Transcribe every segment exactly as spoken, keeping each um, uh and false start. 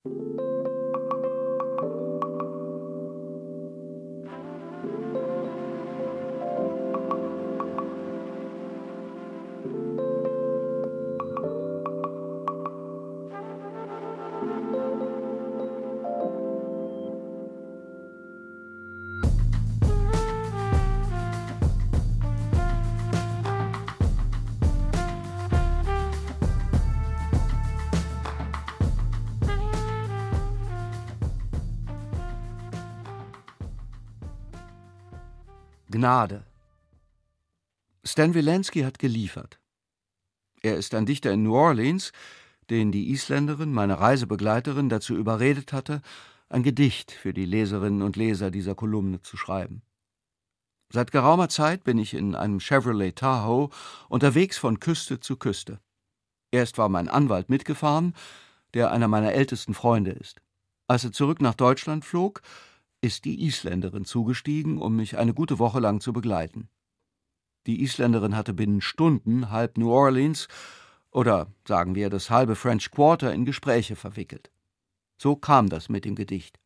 Gnade. Stan Wilenski hat geliefert. Er ist ein Dichter in New Orleans, den die Isländerin, meine Reisebegleiterin, dazu überredet hatte, ein Gedicht für die Leserinnen und Leser dieser Kolumne zu schreiben. Seit geraumer Zeit bin ich in einem Chevrolet Tahoe unterwegs von Küste zu Küste. Erst war mein Anwalt mitgefahren, der einer meiner ältesten Freunde ist. Als er zurück nach Deutschland flog, ist die Isländerin zugestiegen, um mich eine gute Woche lang zu begleiten. Die Isländerin hatte binnen Stunden halb New Orleans oder, sagen wir, das halbe French Quarter in Gespräche verwickelt. So kam das mit dem Gedicht.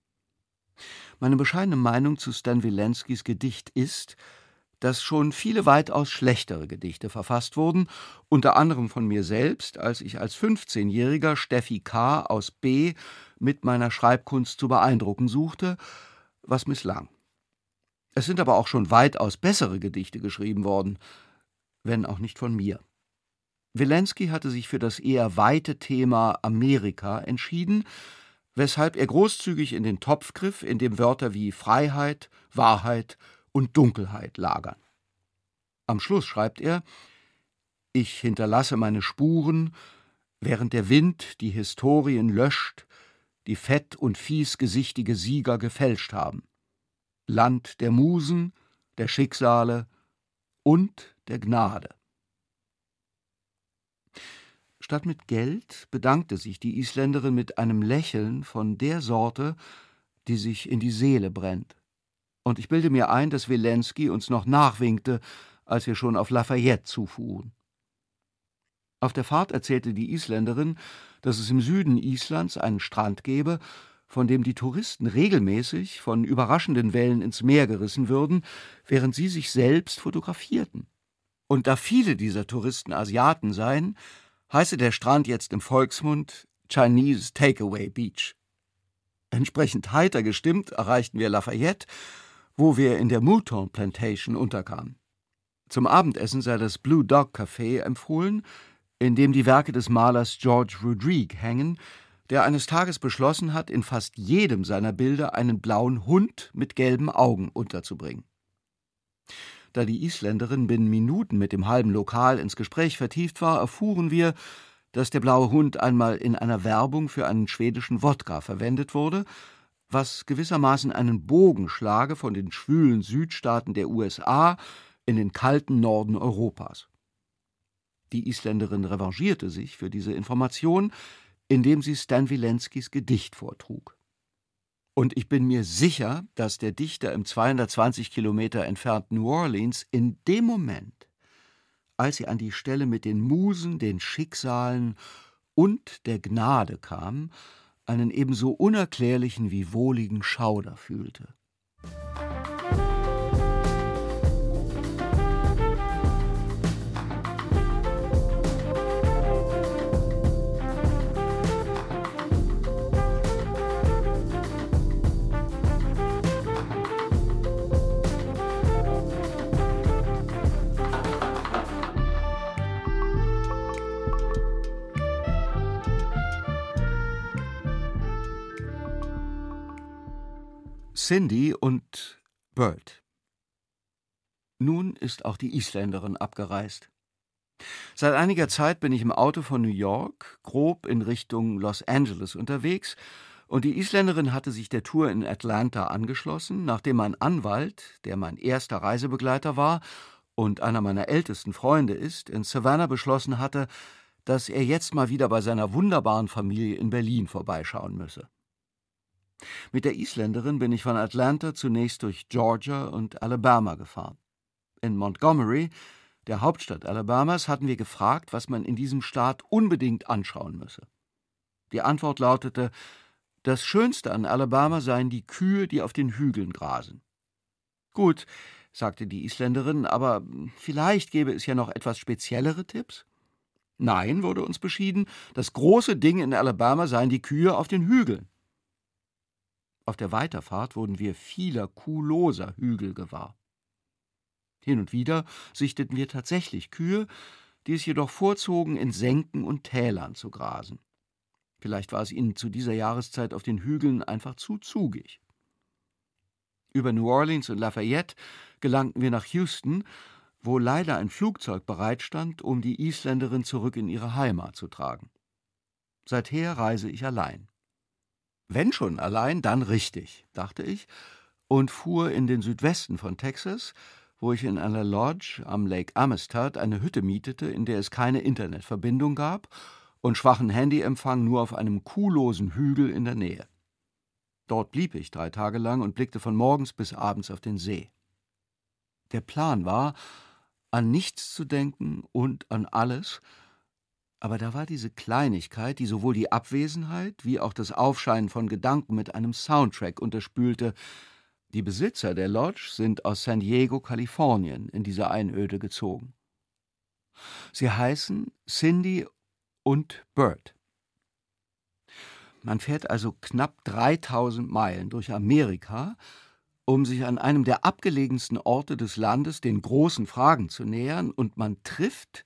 Meine bescheidene Meinung zu Stan Wilenskis Gedicht ist, dass schon viele weitaus schlechtere Gedichte verfasst wurden, unter anderem von mir selbst, als ich als fünfzehnjähriger Steffi K. aus B. mit meiner Schreibkunst zu beeindrucken suchte, was misslang. Es sind aber auch schon weitaus bessere Gedichte geschrieben worden, wenn auch nicht von mir. Wilenski hatte sich für das eher weite Thema Amerika entschieden, weshalb er großzügig in den Topf griff, in dem Wörter wie Freiheit, Wahrheit und Dunkelheit lagern. Am Schluss schreibt er: Ich hinterlasse meine Spuren, während der Wind die Historien löscht, die fett- und fiesgesichtige Sieger gefälscht haben. Land der Musen, der Schicksale und der Gnade. Statt mit Geld bedankte sich die Isländerin mit einem Lächeln von der Sorte, die sich in die Seele brennt. Und ich bilde mir ein, dass Wilenski uns noch nachwinkte, als wir schon auf Lafayette zufuhren. Auf der Fahrt erzählte die Isländerin, dass es im Süden Islands einen Strand gebe, von dem die Touristen regelmäßig von überraschenden Wellen ins Meer gerissen würden, während sie sich selbst fotografierten. Und da viele dieser Touristen Asiaten seien, heiße der Strand jetzt im Volksmund Chinese Takeaway Beach. Entsprechend heiter gestimmt erreichten wir Lafayette, wo wir in der Mouton Plantation unterkamen. Zum Abendessen sei das Blue Dog Café empfohlen, in dem die Werke des Malers George Rodrigue hängen, der eines Tages beschlossen hat, in fast jedem seiner Bilder einen blauen Hund mit gelben Augen unterzubringen. Da die Isländerin binnen Minuten mit dem halben Lokal ins Gespräch vertieft war, erfuhren wir, dass der blaue Hund einmal in einer Werbung für einen schwedischen Wodka verwendet wurde, was gewissermaßen einen Bogen schlage von den schwülen Südstaaten der U S A in den kalten Norden Europas. Die Isländerin revanchierte sich für diese Information, indem sie Stan Wilenskis Gedicht vortrug. Und ich bin mir sicher, dass der Dichter im zweihundertzwanzig Kilometer entfernten New Orleans in dem Moment, als sie an die Stelle mit den Musen, den Schicksalen und der Gnade kam, einen ebenso unerklärlichen wie wohligen Schauder fühlte. Cindy und Bert. Nun ist auch die Isländerin abgereist. Seit einiger Zeit bin ich im Auto von New York, grob in Richtung Los Angeles unterwegs, und die Isländerin hatte sich der Tour in Atlanta angeschlossen, nachdem mein Anwalt, der mein erster Reisebegleiter war und einer meiner ältesten Freunde ist, in Savannah beschlossen hatte, dass er jetzt mal wieder bei seiner wunderbaren Familie in Berlin vorbeischauen müsse. Mit der Isländerin bin ich von Atlanta zunächst durch Georgia und Alabama gefahren. In Montgomery, der Hauptstadt Alabamas, hatten wir gefragt, was man in diesem Staat unbedingt anschauen müsse. Die Antwort lautete, das Schönste an Alabama seien die Kühe, die auf den Hügeln grasen. Gut, sagte die Isländerin, aber vielleicht gäbe es ja noch etwas speziellere Tipps? Nein, wurde uns beschieden, das große Ding in Alabama seien die Kühe auf den Hügeln. Auf der Weiterfahrt wurden wir vieler kuhloser Hügel gewahr. Hin und wieder sichteten wir tatsächlich Kühe, die es jedoch vorzogen, in Senken und Tälern zu grasen. Vielleicht war es ihnen zu dieser Jahreszeit auf den Hügeln einfach zu zugig. Über New Orleans und Lafayette gelangten wir nach Houston, wo leider ein Flugzeug bereitstand, um die Isländerin zurück in ihre Heimat zu tragen. Seither reise ich allein. Wenn schon allein, dann richtig, dachte ich, und fuhr in den Südwesten von Texas, wo ich in einer Lodge am Lake Amistad eine Hütte mietete, in der es keine Internetverbindung gab und schwachen Handyempfang nur auf einem kuhlosen Hügel in der Nähe. Dort blieb ich drei Tage lang und blickte von morgens bis abends auf den See. Der Plan war, an nichts zu denken und an alles, aber da war diese Kleinigkeit, die sowohl die Abwesenheit wie auch das Aufscheinen von Gedanken mit einem Soundtrack unterspülte. Die Besitzer der Lodge sind aus San Diego, Kalifornien, in diese Einöde gezogen. Sie heißen Cindy und Bert. Man fährt also knapp dreitausend Meilen durch Amerika, um sich an einem der abgelegensten Orte des Landes den großen Fragen zu nähern, und man trifft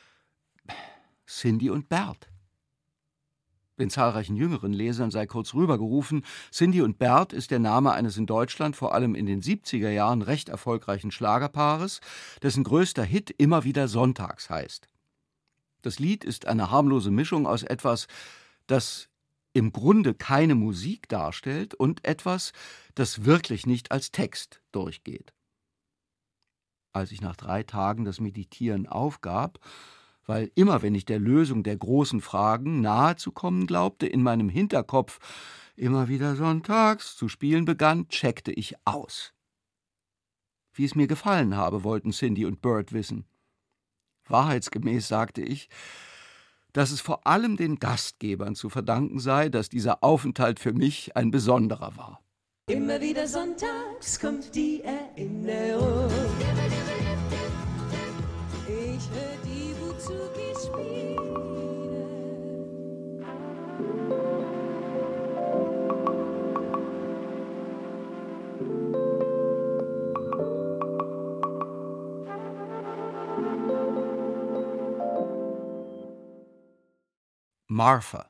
Cindy und Bert. Den zahlreichen jüngeren Lesern sei kurz rübergerufen, Cindy und Bert ist der Name eines in Deutschland vor allem in den siebziger Jahren recht erfolgreichen Schlagerpaares, dessen größter Hit immer wieder Sonntags heißt. Das Lied ist eine harmlose Mischung aus etwas, das im Grunde keine Musik darstellt, und etwas, das wirklich nicht als Text durchgeht. Als ich nach drei Tagen das Meditieren aufgab, weil immer, wenn ich der Lösung der großen Fragen nahe zu kommen glaubte, in meinem Hinterkopf immer wieder sonntags zu spielen begann, checkte ich aus. Wie es mir gefallen habe, wollten Cindy und Bert wissen. Wahrheitsgemäß sagte ich, dass es vor allem den Gastgebern zu verdanken sei, dass dieser Aufenthalt für mich ein besonderer war. Immer wieder sonntags kommt die Erinnerung. Ich höre die Buzukis spielen. Martha.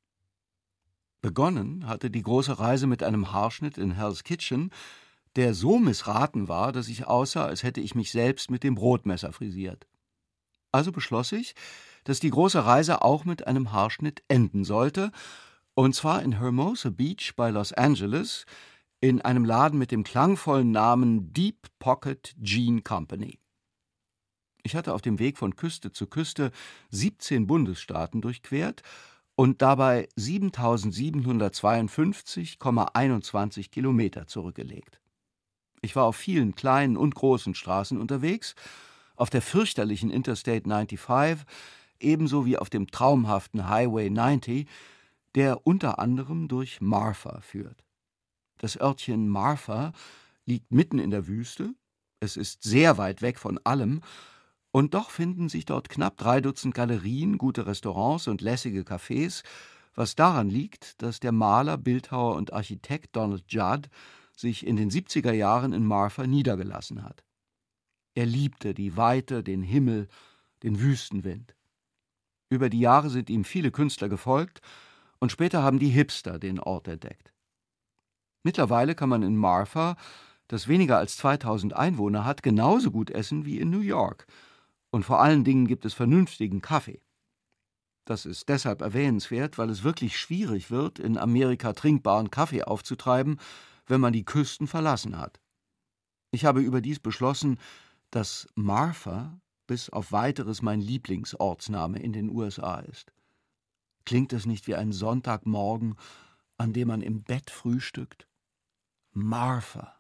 Begonnen hatte die große Reise mit einem Haarschnitt in Hell's Kitchen, der so missraten war, dass ich aussah, als hätte ich mich selbst mit dem Brotmesser frisiert. Also beschloss ich, dass die große Reise auch mit einem Haarschnitt enden sollte, und zwar in Hermosa Beach bei Los Angeles, in einem Laden mit dem klangvollen Namen Deep Pocket Jean Company. Ich hatte auf dem Weg von Küste zu Küste siebzehn Bundesstaaten durchquert und dabei siebentausendsiebenhundertzweiundfünfzig Komma einundzwanzig Kilometer zurückgelegt. Ich war auf vielen kleinen und großen Straßen unterwegs, auf der fürchterlichen Interstate fünfundneunzig, ebenso wie auf dem traumhaften Highway neunzig, der unter anderem durch Marfa führt. Das Örtchen Marfa liegt mitten in der Wüste, es ist sehr weit weg von allem, und doch finden sich dort knapp drei Dutzend Galerien, gute Restaurants und lässige Cafés, was daran liegt, dass der Maler, Bildhauer und Architekt Donald Judd sich in den siebziger Jahren in Marfa niedergelassen hat. Er liebte die Weite, den Himmel, den Wüstenwind. Über die Jahre sind ihm viele Künstler gefolgt, und später haben die Hipster den Ort entdeckt. Mittlerweile kann man in Marfa, das weniger als zweitausend Einwohner hat, genauso gut essen wie in New York. Und vor allen Dingen gibt es vernünftigen Kaffee. Das ist deshalb erwähnenswert, weil es wirklich schwierig wird, in Amerika trinkbaren Kaffee aufzutreiben, wenn man die Küsten verlassen hat. Ich habe überdies beschlossen, dass Martha bis auf Weiteres mein Lieblingsortsname in den U S A ist. Klingt es nicht wie ein Sonntagmorgen, an dem man im Bett frühstückt? Martha.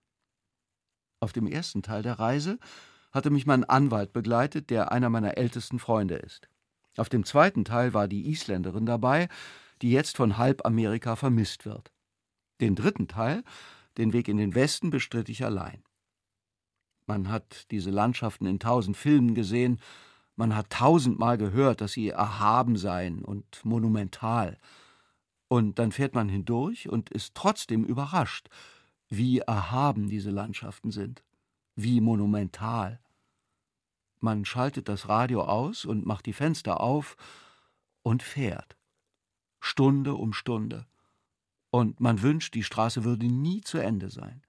Auf dem ersten Teil der Reise hatte mich mein Anwalt begleitet, der einer meiner ältesten Freunde ist. Auf dem zweiten Teil war die Isländerin dabei, die jetzt von halb Amerika vermisst wird. Den dritten Teil, den Weg in den Westen, bestritt ich allein. Man hat diese Landschaften in tausend Filmen gesehen, man hat tausendmal gehört, dass sie erhaben seien und monumental. Und dann fährt man hindurch und ist trotzdem überrascht, wie erhaben diese Landschaften sind, wie monumental. Man schaltet das Radio aus und macht die Fenster auf und fährt. Stunde um Stunde. Und man wünscht, die Straße würde nie zu Ende sein.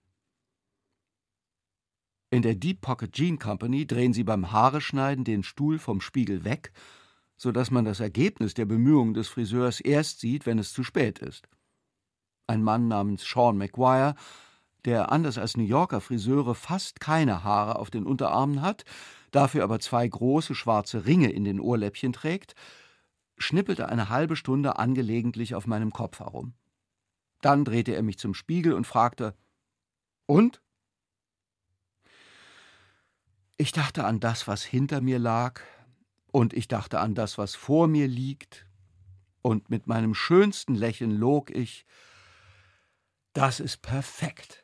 In der Deep Pocket Jean Company drehen sie beim Haareschneiden den Stuhl vom Spiegel weg, so dass man das Ergebnis der Bemühungen des Friseurs erst sieht, wenn es zu spät ist. Ein Mann namens Sean McGuire, der anders als New Yorker Friseure fast keine Haare auf den Unterarmen hat, dafür aber zwei große schwarze Ringe in den Ohrläppchen trägt, schnippelte eine halbe Stunde angelegentlich auf meinem Kopf herum. Dann drehte er mich zum Spiegel und fragte: »Und?« Ich dachte an das, was hinter mir lag, und ich dachte an das, was vor mir liegt, und mit meinem schönsten Lächeln log ich: »Das ist perfekt.«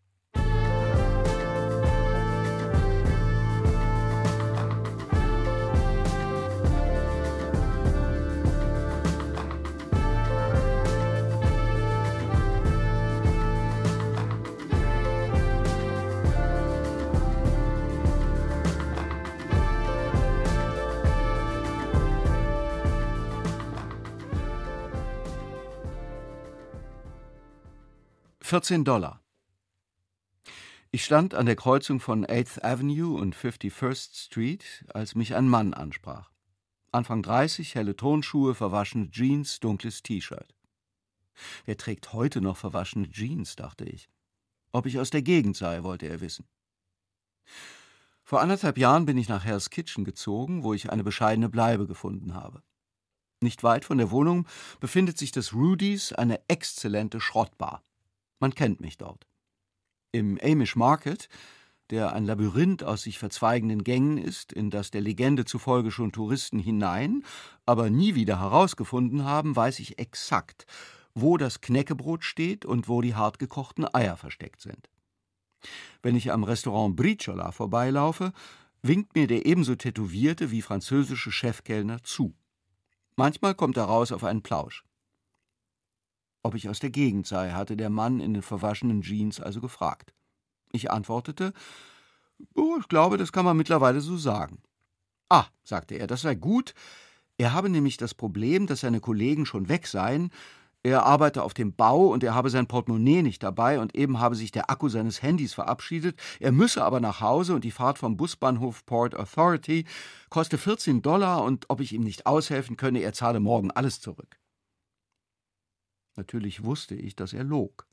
vierzehn Dollar. Ich stand an der Kreuzung von eighth Avenue und fifty-first Street, als mich ein Mann ansprach. Anfang dreißig, helle Turnschuhe, verwaschene Jeans, dunkles T-Shirt. Wer trägt heute noch verwaschene Jeans, dachte ich. Ob ich aus der Gegend sei, wollte er wissen. Vor anderthalb Jahren bin ich nach Hell's Kitchen gezogen, wo ich eine bescheidene Bleibe gefunden habe. Nicht weit von der Wohnung befindet sich das Rudy's, eine exzellente Schrottbar. Man kennt mich dort. Im Amish Market, der ein Labyrinth aus sich verzweigenden Gängen ist, in das der Legende zufolge schon Touristen hinein, aber nie wieder herausgefunden haben, weiß ich exakt, wo das Knäckebrot steht und wo die hartgekochten Eier versteckt sind. Wenn ich am Restaurant Briciola vorbeilaufe, winkt mir der ebenso tätowierte wie französische Chefkellner zu. Manchmal kommt er raus auf einen Plausch. Ob ich aus der Gegend sei, hatte der Mann in den verwaschenen Jeans also gefragt. Ich antwortete: »Oh, ich glaube, das kann man mittlerweile so sagen.« »Ah«, sagte er, »das sei gut. Er habe nämlich das Problem, dass seine Kollegen schon weg seien. Er arbeite auf dem Bau und er habe sein Portemonnaie nicht dabei und eben habe sich der Akku seines Handys verabschiedet. Er müsse aber nach Hause und die Fahrt vom Busbahnhof Port Authority koste vierzehn Dollar und ob ich ihm nicht aushelfen könne, er zahle morgen alles zurück.« Natürlich wusste ich, dass er log.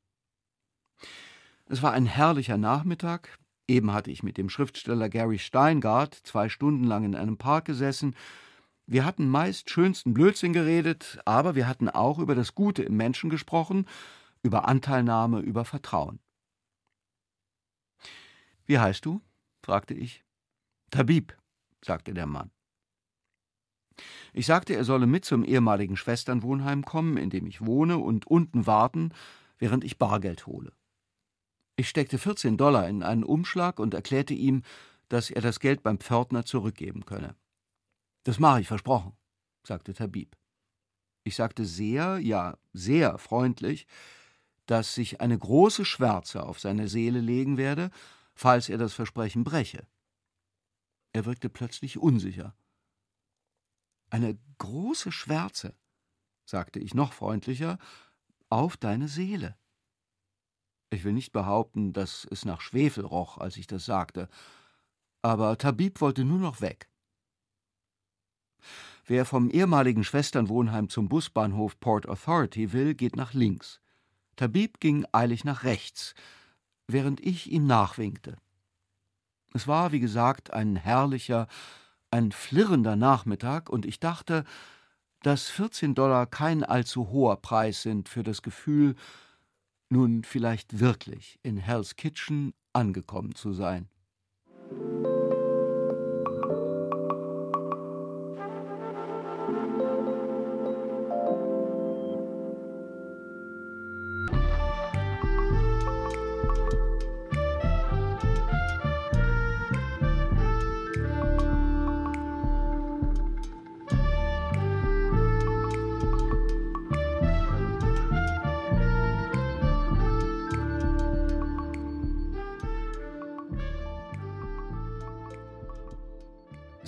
Es war ein herrlicher Nachmittag. Eben hatte ich mit dem Schriftsteller Gary Steingart zwei Stunden lang in einem Park gesessen. Wir hatten meist schönsten Blödsinn geredet, aber wir hatten auch über das Gute im Menschen gesprochen, über Anteilnahme, über Vertrauen. »Wie heißt du?« fragte ich. »Tabib«, sagte der Mann. Ich sagte, er solle mit zum ehemaligen Schwesternwohnheim kommen, in dem ich wohne, und unten warten, während ich Bargeld hole. Ich steckte vierzehn Dollar in einen Umschlag und erklärte ihm, dass er das Geld beim Pförtner zurückgeben könne. »Das mache ich, versprochen«, sagte Tabib. Ich sagte sehr, ja sehr freundlich, dass sich eine große Schwärze auf seine Seele legen werde, falls er das Versprechen breche. Er wirkte plötzlich unsicher. »Eine große Schwärze«, sagte ich noch freundlicher, »auf deine Seele.« Ich will nicht behaupten, dass es nach Schwefel roch, als ich das sagte, aber Tabib wollte nur noch weg. Wer vom ehemaligen Schwesternwohnheim zum Busbahnhof Port Authority will, geht nach links. Tabib ging eilig nach rechts, während ich ihm nachwinkte. Es war, wie gesagt, ein herrlicher, ein flirrender Nachmittag, und ich dachte, dass vierzehn Dollar kein allzu hoher Preis sind für das Gefühl, nun vielleicht wirklich in Hell's Kitchen angekommen zu sein.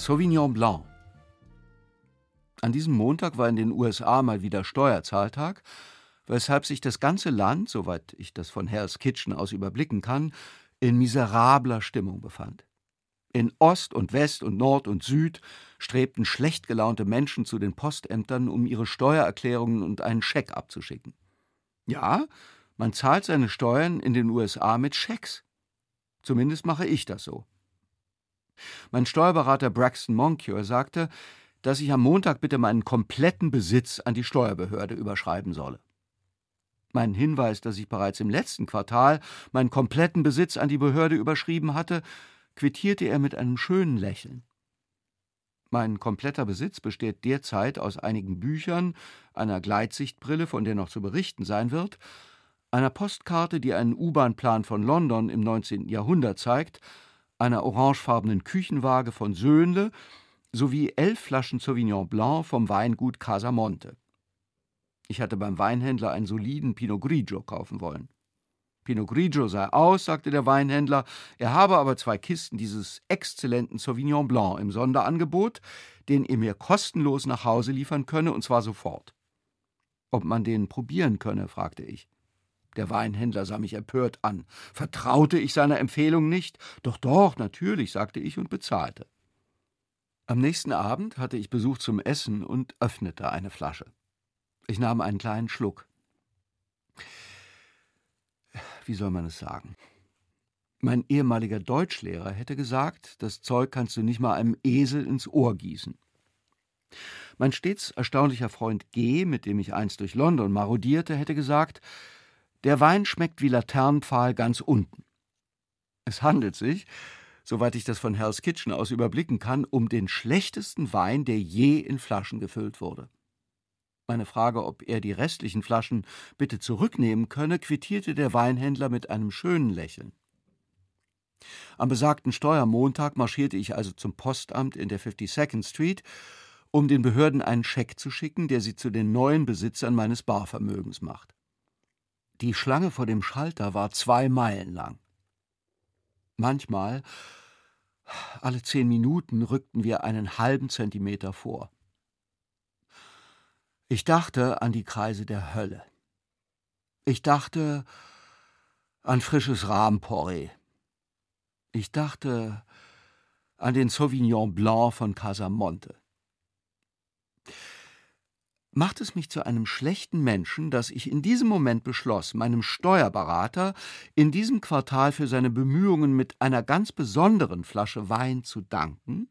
Sauvignon Blanc. An diesem Montag war in den U S A mal wieder Steuerzahltag, weshalb sich das ganze Land, soweit ich das von Hell's Kitchen aus überblicken kann, in miserabler Stimmung befand. In Ost und West und Nord und Süd strebten schlecht gelaunte Menschen zu den Postämtern, um ihre Steuererklärungen und einen Scheck abzuschicken. Ja, man zahlt seine Steuern in den U S A mit Schecks. Zumindest mache ich das so. Mein Steuerberater Braxton Moncure sagte, dass ich am Montag bitte meinen kompletten Besitz an die Steuerbehörde überschreiben solle. Mein Hinweis, dass ich bereits im letzten Quartal meinen kompletten Besitz an die Behörde überschrieben hatte, quittierte er mit einem schönen Lächeln. Mein kompletter Besitz besteht derzeit aus einigen Büchern, einer Gleitsichtbrille, von der noch zu berichten sein wird, einer Postkarte, die einen U-Bahn-Plan von London im neunzehnten Jahrhundert zeigt, einer orangefarbenen Küchenwaage von Söhnle sowie elf Flaschen Sauvignon Blanc vom Weingut Casamonte. Ich hatte beim Weinhändler einen soliden Pinot Grigio kaufen wollen. Pinot Grigio sei aus, sagte der Weinhändler, er habe aber zwei Kisten dieses exzellenten Sauvignon Blanc im Sonderangebot, den er mir kostenlos nach Hause liefern könne, und zwar sofort. Ob man den probieren könne, fragte ich. Der Weinhändler sah mich empört an. Vertraute ich seiner Empfehlung nicht? Doch, doch, natürlich, sagte ich und bezahlte. Am nächsten Abend hatte ich Besuch zum Essen und öffnete eine Flasche. Ich nahm einen kleinen Schluck. Wie soll man es sagen? Mein ehemaliger Deutschlehrer hätte gesagt, das Zeug kannst du nicht mal einem Esel ins Ohr gießen. Mein stets erstaunlicher Freund G., mit dem ich einst durch London marodierte, hätte gesagt, der Wein schmeckt wie Laternenpfahl ganz unten. Es handelt sich, soweit ich das von Hell's Kitchen aus überblicken kann, um den schlechtesten Wein, der je in Flaschen gefüllt wurde. Meine Frage, ob er die restlichen Flaschen bitte zurücknehmen könne, quittierte der Weinhändler mit einem schönen Lächeln. Am besagten Steuermontag marschierte ich also zum Postamt in der fifty-second Street, um den Behörden einen Scheck zu schicken, der sie zu den neuen Besitzern meines Barvermögens macht. Die Schlange vor dem Schalter war zwei Meilen lang. Manchmal, alle zehn Minuten, rückten wir einen halben Zentimeter vor. Ich dachte an die Kreise der Hölle. Ich dachte an frisches Rahmporree. Ich dachte an den Sauvignon Blanc von Casamonte. Macht es mich zu einem schlechten Menschen, dass ich in diesem Moment beschloss, meinem Steuerberater in diesem Quartal für seine Bemühungen mit einer ganz besonderen Flasche Wein zu danken?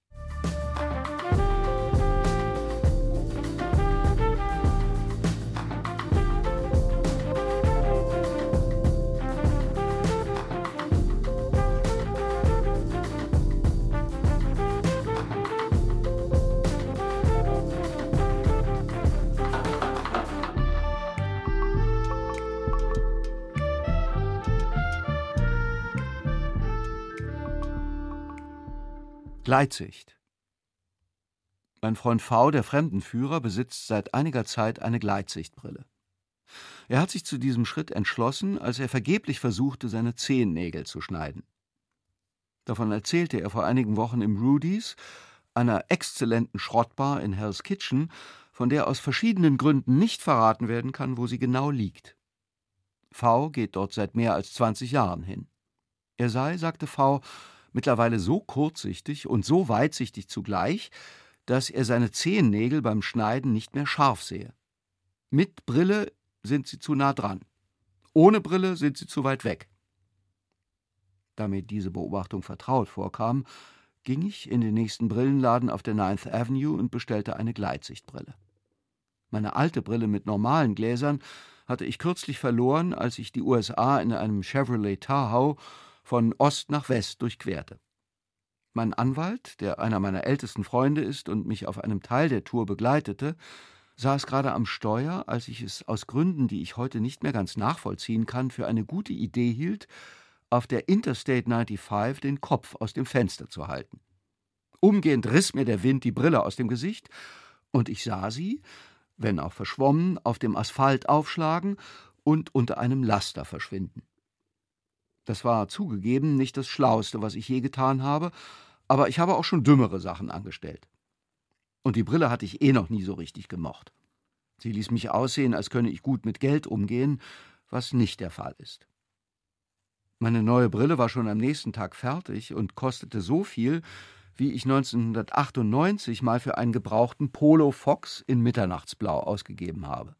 Gleitsicht. Mein Freund V., der Fremdenführer, besitzt seit einiger Zeit eine Gleitsichtbrille. Er hat sich zu diesem Schritt entschlossen, als er vergeblich versuchte, seine Zehennägel zu schneiden. Davon erzählte er vor einigen Wochen im Rudy's, einer exzellenten Schrottbar in Hell's Kitchen, von der aus verschiedenen Gründen nicht verraten werden kann, wo sie genau liegt. V. geht dort seit mehr als zwanzig Jahren hin. Er sei, sagte V., mittlerweile so kurzsichtig und so weitsichtig zugleich, dass er seine Zehennägel beim Schneiden nicht mehr scharf sehe. Mit Brille sind sie zu nah dran. Ohne Brille sind sie zu weit weg. Da mir diese Beobachtung vertraut vorkam, ging ich in den nächsten Brillenladen auf der Ninth Avenue und bestellte eine Gleitsichtbrille. Meine alte Brille mit normalen Gläsern hatte ich kürzlich verloren, als ich die U S A in einem Chevrolet Tahoe von Ost nach West durchquerte. Mein Anwalt, der einer meiner ältesten Freunde ist und mich auf einem Teil der Tour begleitete, saß gerade am Steuer, als ich es aus Gründen, die ich heute nicht mehr ganz nachvollziehen kann, für eine gute Idee hielt, auf der Interstate fünfundneunzig den Kopf aus dem Fenster zu halten. Umgehend riss mir der Wind die Brille aus dem Gesicht, und ich sah sie, wenn auch verschwommen, auf dem Asphalt aufschlagen und unter einem Laster verschwinden. Das war zugegeben nicht das Schlauste, was ich je getan habe, Aber ich habe auch schon dümmere Sachen angestellt. Und die Brille hatte ich eh noch nie so richtig gemocht. Sie ließ mich aussehen, als könne ich gut mit Geld umgehen, was nicht der Fall ist. Meine neue Brille war schon am nächsten Tag fertig und kostete so viel, wie ich neunzehnhundertachtundneunzig mal für einen gebrauchten Polo Fox in Mitternachtsblau ausgegeben habe.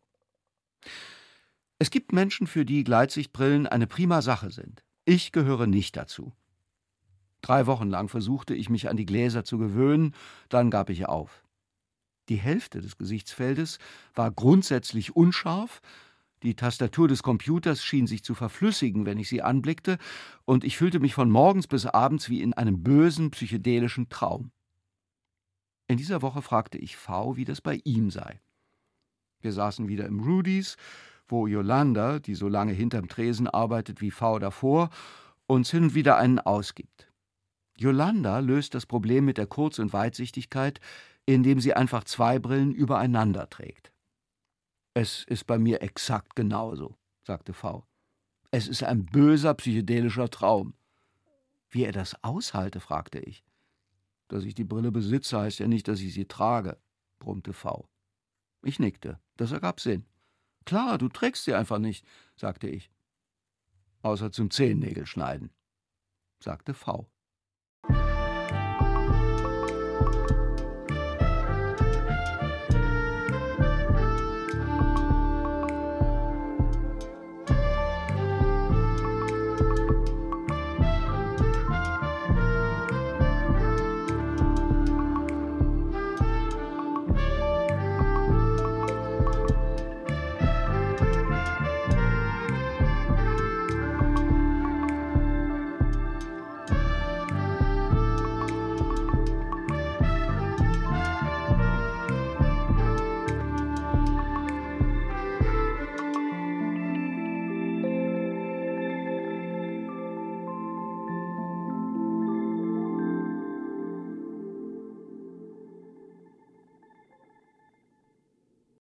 Es gibt Menschen, für die Gleitsichtbrillen eine prima Sache sind. Ich gehöre nicht dazu. Drei Wochen lang versuchte ich, mich an die Gläser zu gewöhnen, dann gab ich auf. Die Hälfte des Gesichtsfeldes war grundsätzlich unscharf, die Tastatur des Computers schien sich zu verflüssigen, wenn ich sie anblickte, und ich fühlte mich von morgens bis abends wie in einem bösen, psychedelischen Traum. In dieser Woche fragte ich V., wie das bei ihm sei. Wir saßen wieder im Rudys, wo Yolanda, die so lange hinterm Tresen arbeitet wie V. davor, uns hin und wieder einen ausgibt. Yolanda löst das Problem mit der Kurz- und Weitsichtigkeit, indem sie einfach zwei Brillen übereinander trägt. »Es ist bei mir exakt genauso«, sagte V. »Es ist ein böser psychedelischer Traum.« »Wie er das aushalte?«, fragte ich. »Dass ich die Brille besitze, heißt ja nicht, dass ich sie trage«, brummte V. Ich nickte. Das ergab Sinn. »Klar, du trägst sie einfach nicht«, sagte ich. »Außer zum Zehennägelschneiden«, sagte V.